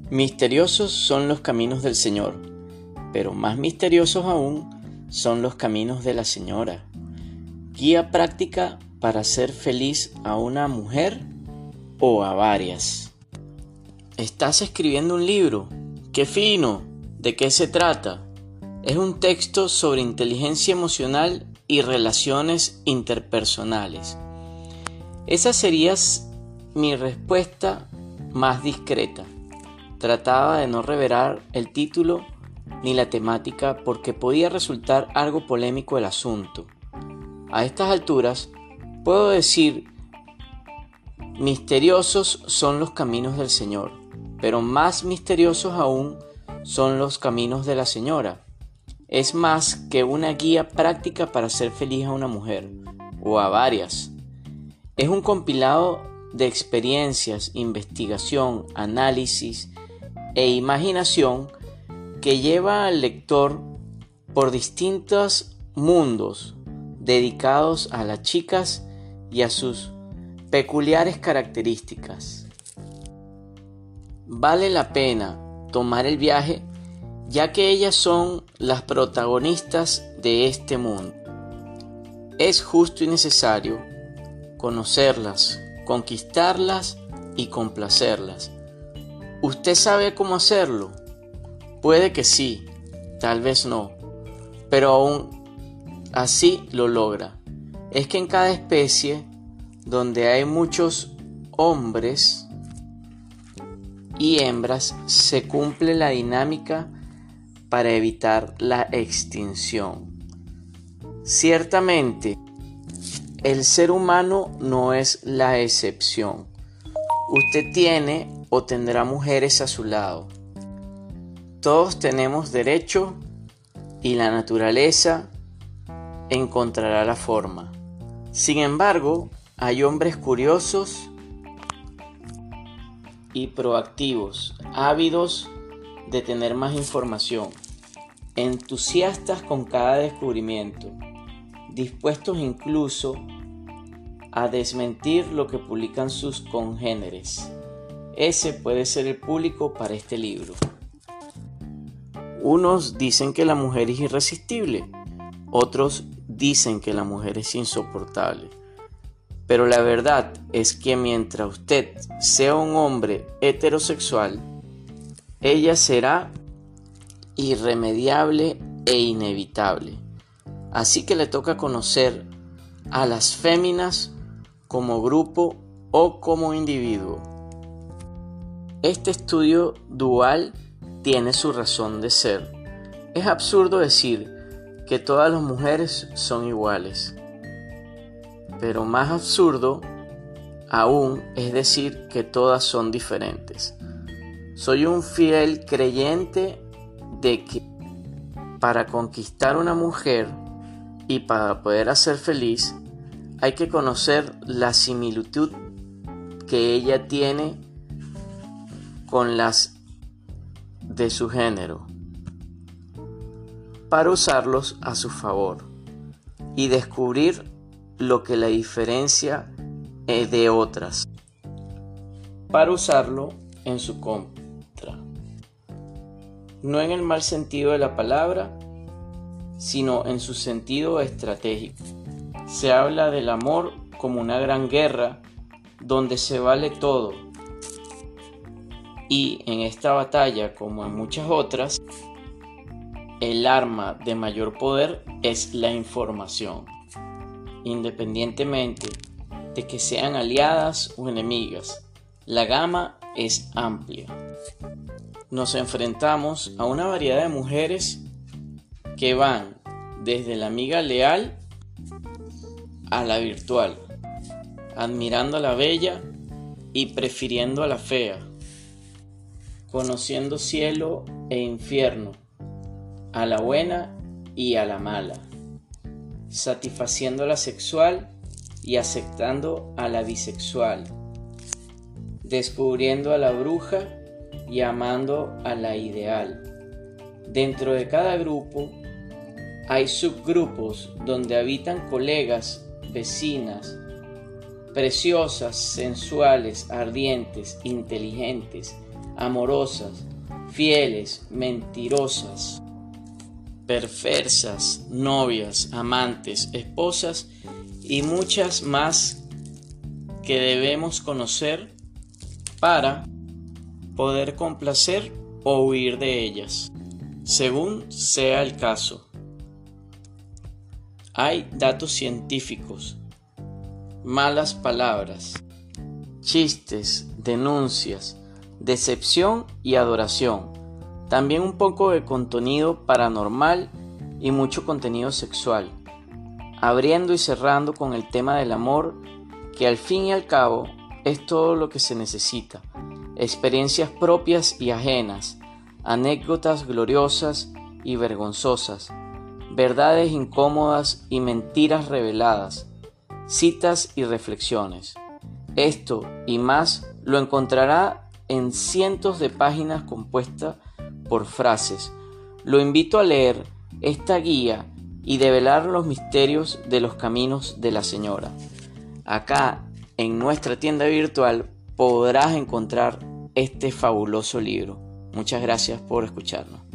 Misteriosos son los caminos del Señor, pero más misteriosos aún son los caminos de la Señora. Guía práctica para hacer feliz a una mujer o a varias. ¿Estás escribiendo un libro? ¡Qué fino! ¿De qué se trata? Es un texto sobre inteligencia emocional y relaciones interpersonales. Esa sería mi respuesta más discreta. Trataba de no revelar el título ni la temática porque podía resultar algo polémico el asunto. A estas alturas, puedo decir, misteriosos son los caminos del Señor, pero más misteriosos aún son los caminos de la Señora. Es más que una guía práctica para hacer feliz a una mujer, o a varias. Es un compilado de experiencias, investigación, análisis e imaginación que lleva al lector por distintos mundos dedicados a las chicas y a sus peculiares características. Vale la pena tomar el viaje, ya que ellas son las protagonistas de este mundo. Es justo y necesario conocerlas, conquistarlas y complacerlas. ¿Usted sabe cómo hacerlo? Puede que sí, tal vez no, pero aún así lo logra. Es que en cada especie donde hay muchos hombres y hembras se cumple la dinámica para evitar la extinción. Ciertamente, el ser humano no es la excepción. Usted tiene o tendrá mujeres a su lado. Todos tenemos derecho y la naturaleza encontrará la forma. Sin embargo, hay hombres curiosos y proactivos, ávidos de tener más información, entusiastas con cada descubrimiento, dispuestos incluso a desmentir lo que publican sus congéneres. Ese puede ser el público para este libro. Unos dicen que la mujer es irresistible, otros dicen que la mujer es insoportable. Pero la verdad es que mientras usted sea un hombre heterosexual, ella será irremediable e inevitable. Así que le toca conocer a las féminas como grupo o como individuo. Este estudio dual tiene su razón de ser. Es absurdo decir que todas las mujeres son iguales. Pero más absurdo aún es decir que todas son diferentes. Soy un fiel creyente de que para conquistar una mujer y para poder hacer feliz hay que conocer la similitud que ella tiene con las de su género para usarlos a su favor y descubrir lo que la diferencia de otras para usarlo en su contra, no en el mal sentido de la palabra, sino en su sentido estratégico. Se habla del amor como una gran guerra donde se vale todo, y en esta batalla, como en muchas otras, el arma de mayor poder es la información, independientemente de que sean aliadas o enemigas. La gama es amplia. Nos enfrentamos a una variedad de mujeres que van desde la amiga leal a la virtual, admirando a la bella y prefiriendo a la fea, conociendo cielo e infierno, a la buena y a la mala, satisfaciendo a la sexual y aceptando a la bisexual, descubriendo a la bruja y amando a la ideal. Dentro de cada grupo hay subgrupos donde habitan colegas, vecinas, preciosas, sensuales, ardientes, inteligentes, amorosas, fieles, mentirosas, perversas, novias, amantes, esposas y muchas más que debemos conocer para poder complacer o huir de ellas, según sea el caso. Hay datos científicos, malas palabras, chistes, denuncias, decepción y adoración. También un poco de contenido paranormal y mucho contenido sexual, abriendo y cerrando con el tema del amor, que al fin y al cabo es todo lo que se necesita. Experiencias propias y ajenas, anécdotas gloriosas y vergonzosas, verdades incómodas y mentiras reveladas, citas y reflexiones. Esto y más lo encontrará en cientos de páginas compuestas por frases. Lo invito a leer esta guía y develar los misterios de los caminos de la Señora. Acá, en nuestra tienda virtual, podrás encontrar este fabuloso libro. Muchas gracias por escucharnos.